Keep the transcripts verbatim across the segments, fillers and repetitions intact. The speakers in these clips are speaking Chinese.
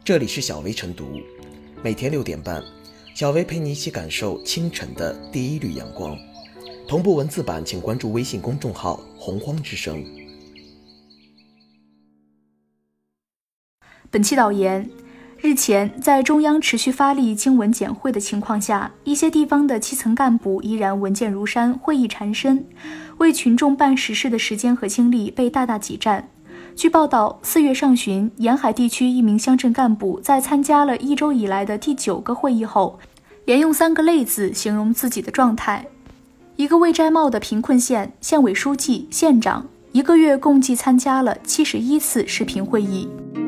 这里是小薇晨读，每天六点半，小薇陪你一起感受清晨的第一缕阳光。同步文字版请关注微信公众号洪荒之声。 本期导言：日前，在中央持续发力经文简会的情况下，一些地方的基层干部依然文件如山，会议缠身，为群众办实事的时间和精力被大大挤占。据报道，四月上旬，沿海地区一名乡镇干部在参加了一周以来的第九个会议后，连用三个累字形容自己的状态。一个未摘帽的贫困县，县委书记、县长，一个月共计参加了七十一次视频会议。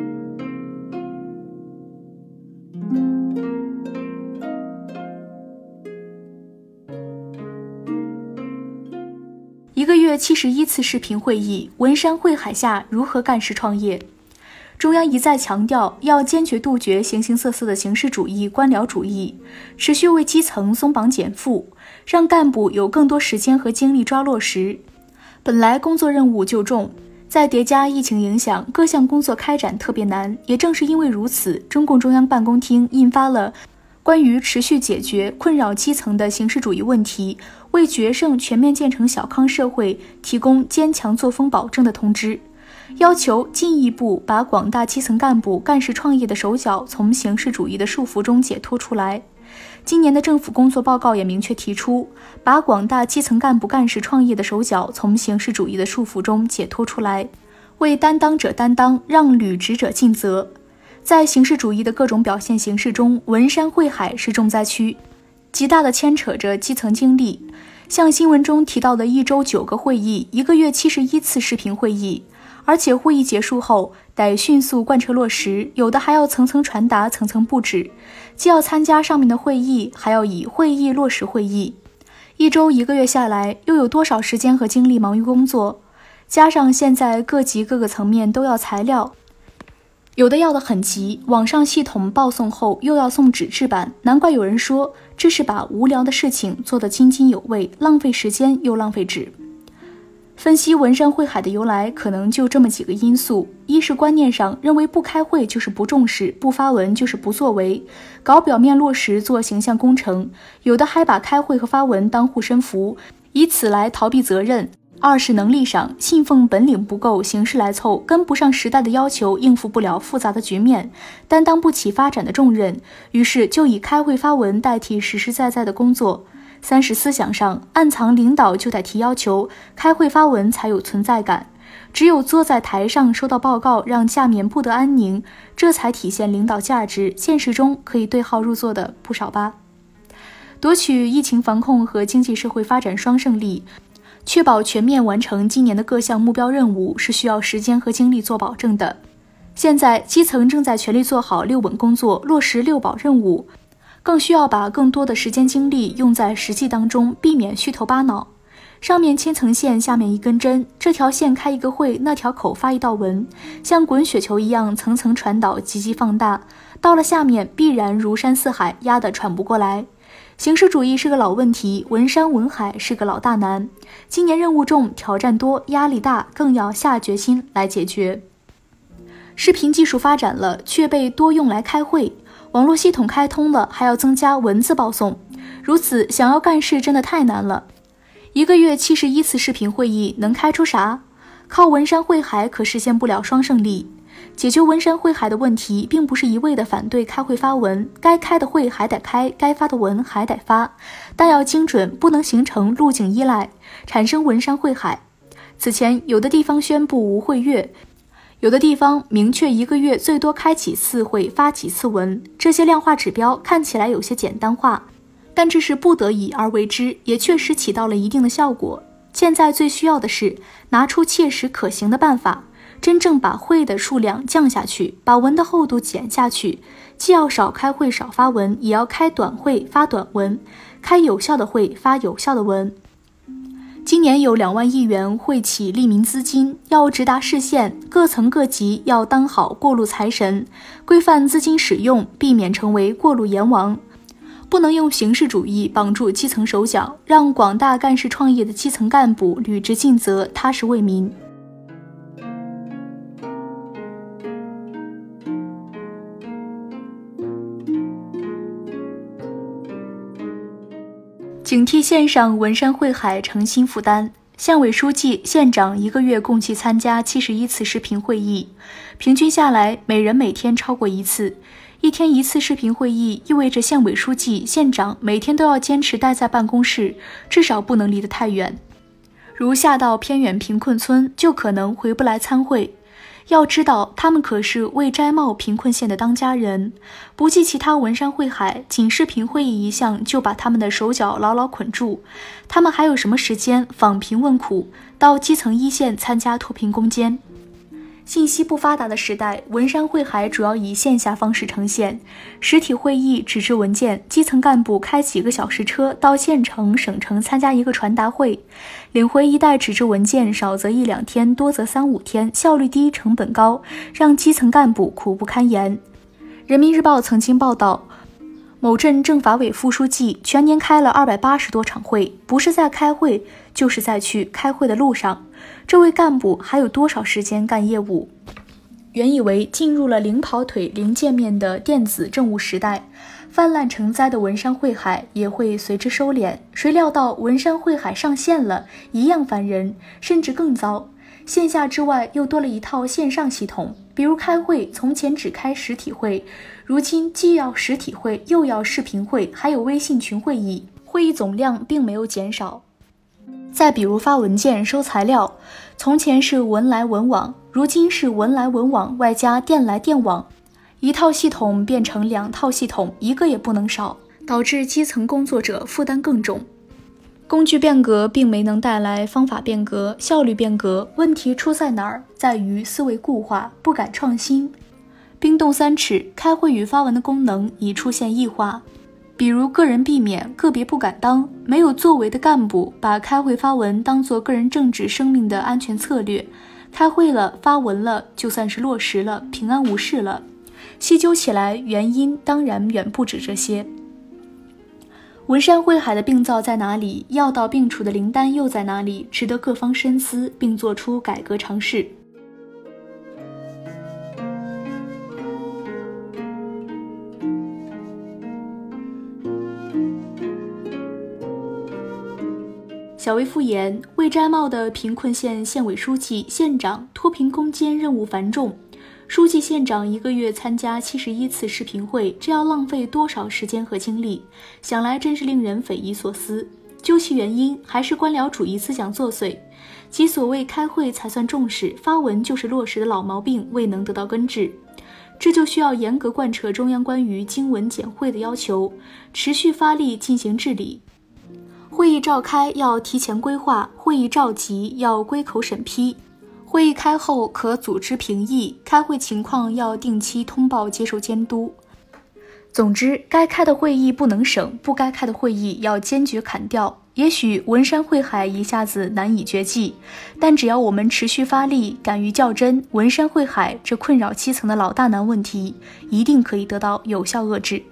一个月七十一次视频会议，文山会海下如何干事创业？中央一再强调要坚决杜绝形形色色的形式主义、官僚主义，持续为基层松绑减负，让干部有更多时间和精力抓落实。本来工作任务就重，再叠加疫情影响，各项工作开展特别难。也正是因为如此，中共中央办公厅印发了关于持续解决困扰基层的形式主义问题，为决胜全面建成小康社会提供坚强作风保证的通知，要求进一步把广大基层干部干事创业的手脚从形式主义的束缚中解脱出来。今年的政府工作报告也明确提出，把广大基层干部干事创业的手脚从形式主义的束缚中解脱出来，为担当者担当，让履职者尽责。在形式主义的各种表现形式中，文山会海是重灾区，极大地牵扯着基层精力。像新闻中提到的一周九个会议，一个月七十一次视频会议，而且会议结束后得迅速贯彻落实，有的还要层层传达、层层布置，既要参加上面的会议，还要以会议落实会议。一周一个月下来，又有多少时间和精力忙于工作？加上现在各级各个层面都要材料，有的要得很急，网上系统报送后又要送纸质版，难怪有人说这是把无聊的事情做得津津有味，浪费时间又浪费纸。分析文山会海的由来，可能就这么几个因素：一是观念上认为不开会就是不重视，不发文就是不作为，搞表面落实做形象工程，有的还把开会和发文当护身符，以此来逃避责任；二是能力上信奉本领不够，形式来凑，跟不上时代的要求，应付不了复杂的局面，担当不起发展的重任，于是就以开会发文代替实实在在的工作。三是思想上暗藏领导就得提要求，开会发文才有存在感，只有坐在台上收到报告，让下面不得安宁，这才体现领导价值，现实中可以对号入座的不少吧。夺取疫情防控和经济社会发展双胜利，确保全面完成今年的各项目标任务，是需要时间和精力做保证的。现在基层正在全力做好六稳工作，落实六保任务，更需要把更多的时间精力用在实际当中，避免虚头巴脑。上面千层线，下面一根针，这条线开一个会，那条口发一道文，像滚雪球一样层层传导，积极放大，到了下面必然如山似海，压得喘不过来。形式主义是个老问题，文山文海是个老大难。今年任务重，挑战多，压力大，更要下决心来解决。视频技术发展了，却被多用来开会，网络系统开通了，还要增加文字报送，如此想要干事真的太难了。一个月七十一次视频会议能开出啥？靠文山会海可实现不了双胜利。解决文山会海的问题，并不是一味的反对开会发文，该开的会还得开，该发的文还得发，但要精准，不能形成路径依赖，产生文山会海。此前有的地方宣布无会月，有的地方明确一个月最多开几次会，发几次文，这些量化指标看起来有些简单化，但这是不得已而为之，也确实起到了一定的效果。现在最需要的是拿出切实可行的办法，真正把会的数量降下去，把文的厚度减下去，既要少开会少发文，也要开短会发短文，开有效的会发有效的文。今年有两万亿元汇起利民资金，要直达市县，各层各级要当好过路财神，规范资金使用，避免成为过路阎王。不能用形式主义绑住基层手脚，让广大干事创业的基层干部履职尽责，踏实为民。 警惕线上文山会海诚心负担。县委书记、县长一个月共计参加七十一次视频会议，平均下来，每人每天超过一次。一天一次视频会议，意味着县委书记、县长每天都要坚持待在办公室，至少不能离得太远。如下到偏远贫困村，就可能回不来参会。要知道，他们可是未摘帽贫困县的当家人，不计其他文山会海，仅视频会议一项就把他们的手脚牢牢捆住，他们还有什么时间访贫问苦，到基层一线参加脱贫攻坚？信息不发达的时代，文山会海主要以线下方式呈现，实体会议、纸质文件，基层干部开几个小时车到县城、省城参加一个传达会，领回一袋纸质文件，少则一两天，多则三五天，效率低，成本高，让基层干部苦不堪言。人民日报曾经报道，某镇政法委副书记全年开了二百八十多场会，不是在开会，就是在去开会的路上。这位干部还有多少时间干业务？原以为进入了零跑腿、零见面的电子政务时代，泛滥成灾的文山会海也会随之收敛，谁料到文山会海上线了，一样烦人，甚至更糟。线下之外又多了一套线上系统，比如开会，从前只开实体会，如今既要实体会，又要视频会，还有微信群会议，会议总量并没有减少。再比如发文件、收材料，从前是文来文往，如今是文来文往外加电来电往，一套系统变成两套系统，一个也不能少，导致基层工作者负担更重。工具变革并没能带来方法变革、效率变革，问题出在哪儿？在于思维固化，不敢创新。冰冻三尺，开会与发文的功能已出现异化。比如个人避免，个别不敢当，没有作为的干部把开会发文当作个人政治生命的安全策略，开会了发文了，就算是落实了，平安无事了。细究起来，原因当然远不止这些。文山会海的病灶在哪里？药到病除的灵丹又在哪里？值得各方深思，并做出改革尝试。小微复言，未摘帽的贫困县县委书记、县长脱贫攻坚任务繁重，书记、县长一个月参加七十一次视频会，这要浪费多少时间和精力？想来真是令人匪夷所思。究其原因，还是官僚主义思想作祟，即所谓开会才算重视，发文就是落实的老毛病未能得到根治。这就需要严格贯彻中央关于经文简会的要求，持续发力进行治理。会议召开要提前规划，会议召集要归口审批，会议开后可组织评议，开会情况要定期通报接受监督。总之，该开的会议不能省，不该开的会议要坚决砍掉。也许文山会海一下子难以绝迹，但只要我们持续发力，敢于较真，文山会海这困扰基层的老大难问题一定可以得到有效遏制。